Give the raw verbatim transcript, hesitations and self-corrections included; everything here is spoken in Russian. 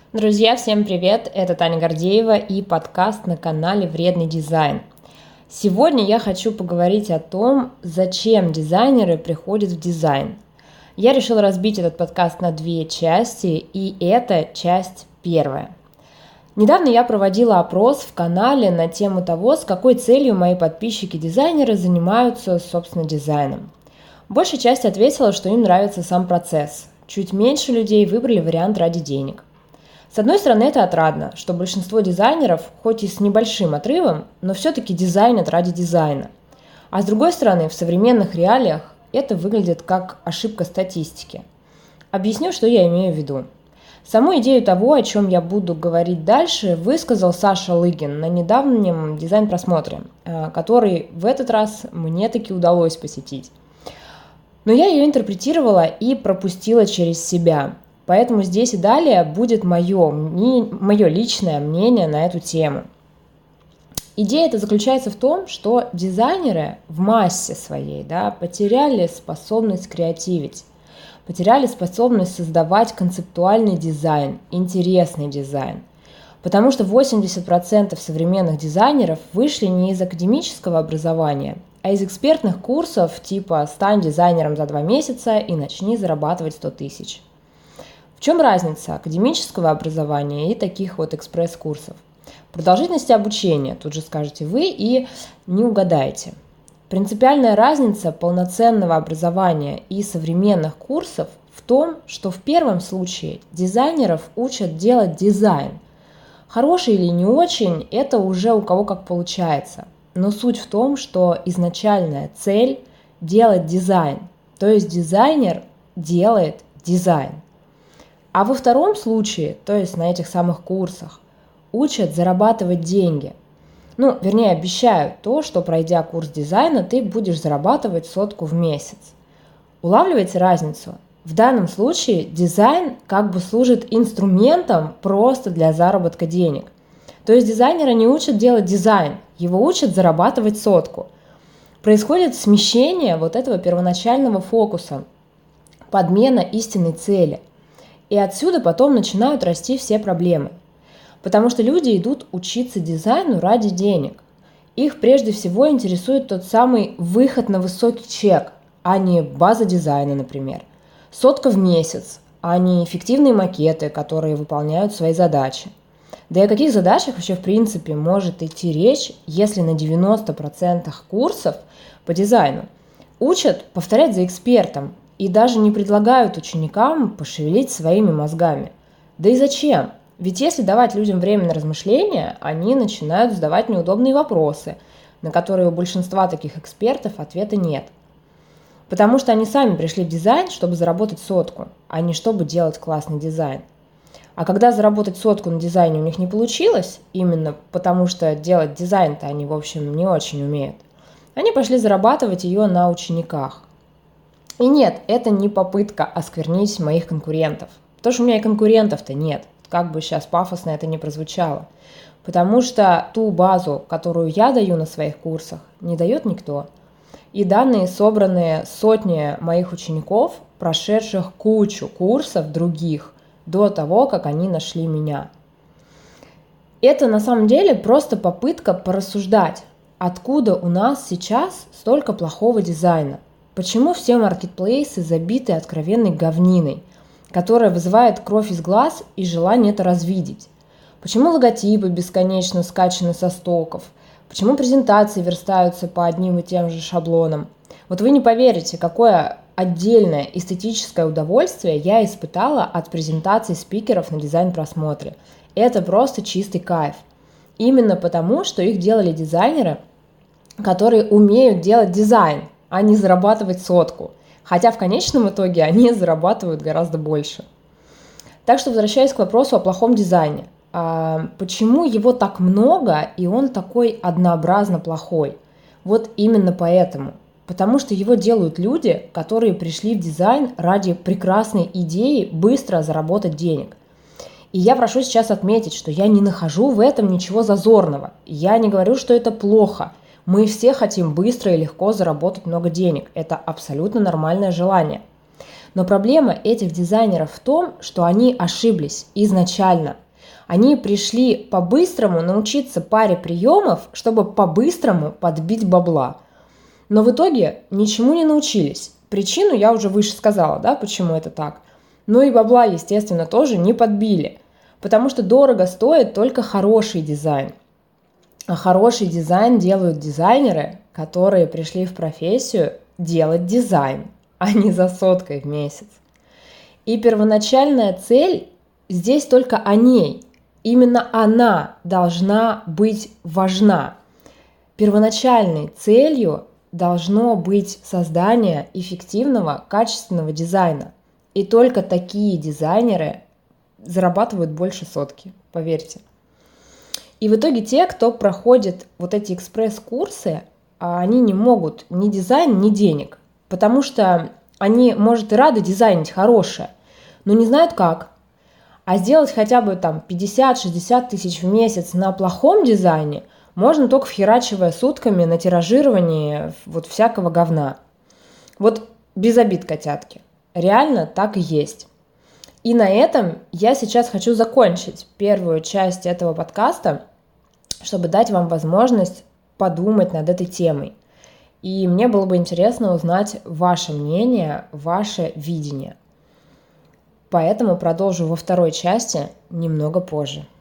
Друзья, всем привет! Это Таня Гордеева и подкаст на канале «Вредный дизайн». Сегодня я хочу поговорить о том, зачем дизайнеры приходят в дизайн. Я решила разбить этот подкаст на две части, и это часть первая. Недавно я проводила опрос в канале на тему того, с какой целью мои подписчики-дизайнеры занимаются, собственно, дизайном. Большая часть ответила, что им нравится сам процесс. Чуть меньше людей выбрали вариант ради денег. С одной стороны, это отрадно, что большинство дизайнеров, хоть и с небольшим отрывом, но все-таки дизайнят ради дизайна. А с другой стороны, в современных реалиях это выглядит как ошибка статистики. Объясню, что я имею в виду. Саму идею того, о чем я буду говорить дальше, высказал Саша Лыгин на недавнем дизайн-просмотре, который в этот раз мне таки удалось посетить. Но я ее интерпретировала и пропустила через себя. Поэтому здесь и далее будет мое, мое личное мнение на эту тему. Идея эта заключается в том, что дизайнеры в массе своей да, потеряли способность креативить, потеряли способность создавать концептуальный дизайн, интересный дизайн. Потому что восемьдесят процентов современных дизайнеров вышли не из академического образования, а из экспертных курсов типа «Стань дизайнером за два месяца и начни зарабатывать сто тысяч». В чем разница академического образования и таких вот экспресс-курсов? Продолжительность обучения, тут же скажете вы, и не угадаете. Принципиальная разница полноценного образования и современных курсов в том, что в первом случае дизайнеров учат делать дизайн. Хороший или не очень, это уже у кого как получается. Но суть в том, что изначальная цель – делать дизайн. То есть дизайнер делает дизайн. А во втором случае, то есть на этих самых курсах, учат зарабатывать деньги. Ну, вернее, обещают то, что пройдя курс дизайна, ты будешь зарабатывать сотку в месяц. Улавливаете разницу? В данном случае дизайн как бы служит инструментом просто для заработка денег. То есть дизайнера не учат делать дизайн, его учат зарабатывать сотку. Происходит смещение вот этого первоначального фокуса, подмена истинной цели. И отсюда потом начинают расти все проблемы. Потому что люди идут учиться дизайну ради денег. Их прежде всего интересует тот самый выход на высокий чек, а не база дизайна, например. Сотка в месяц, а не эффективные макеты, которые выполняют свои задачи. Да и о каких задачах вообще в принципе может идти речь, если на девяносто процентов курсов по дизайну учат повторять за экспертом, и даже не предлагают ученикам пошевелить своими мозгами. Да и зачем? Ведь если давать людям время на размышления, они начинают задавать неудобные вопросы, на которые у большинства таких экспертов ответа нет. Потому что они сами пришли в дизайн, чтобы заработать сотку, а не чтобы делать классный дизайн. А когда заработать сотку на дизайне у них не получилось, именно потому что делать дизайн-то они, в общем, не очень умеют, они пошли зарабатывать ее на учениках. И нет, это не попытка осквернить моих конкурентов. Потому что у меня и конкурентов-то нет, как бы сейчас пафосно это ни прозвучало. Потому что ту базу, которую я даю на своих курсах, не дает никто. И данные, собранные сотни моих учеников, прошедших кучу курсов других, до того, как они нашли меня. Это на самом деле просто попытка порассуждать, откуда у нас сейчас столько плохого дизайна. Почему все маркетплейсы забиты откровенной говниной, которая вызывает кровь из глаз и желание это развидеть? Почему логотипы бесконечно скачаны со стоков? Почему презентации верстаются по одним и тем же шаблонам? Вот вы не поверите, какое отдельное эстетическое удовольствие я испытала от презентаций спикеров на дизайн-просмотре. Это просто чистый кайф. Именно потому, что их делали дизайнеры, которые умеют делать дизайн, а не зарабатывать сотку. Хотя в конечном итоге они зарабатывают гораздо больше. Так что, возвращаясь к вопросу о плохом дизайне. Почему его так много и он такой однообразно плохой? Вот именно поэтому. Потому что его делают люди, которые пришли в дизайн ради прекрасной идеи быстро заработать денег. И я прошу сейчас отметить, что я не нахожу в этом ничего зазорного. Я не говорю, что это плохо. Мы все хотим быстро и легко заработать много денег. Это абсолютно нормальное желание. Но проблема этих дизайнеров в том, что они ошиблись изначально. Они пришли по-быстрому научиться паре приемов, чтобы по-быстрому подбить бабла. Но в итоге ничему не научились. Причину я уже выше сказала, да, почему это так. Ну и бабла, естественно, тоже не подбили. Потому что дорого стоит только хороший дизайн. А хороший дизайн делают дизайнеры, которые пришли в профессию делать дизайн, а не за соткой в месяц. И первоначальная цель здесь только о ней. Именно она должна быть важна. Первоначальной целью должно быть создание эффективного, качественного дизайна. И только такие дизайнеры зарабатывают больше сотки, поверьте. И в итоге те, кто проходит вот эти экспресс-курсы, они не могут ни дизайн, ни денег, потому что они, может, и рады дизайнить хорошее, но не знают как. А сделать хотя бы там пятьдесят-шестьдесят тысяч в месяц на плохом дизайне можно только вхерачивая сутками на тиражировании вот всякого говна. Вот без обид, котятки. Реально так и есть. И на этом я сейчас хочу закончить первую часть этого подкаста, чтобы дать вам возможность подумать над этой темой. И мне было бы интересно узнать ваше мнение, ваше видение. Поэтому продолжу во второй части немного позже.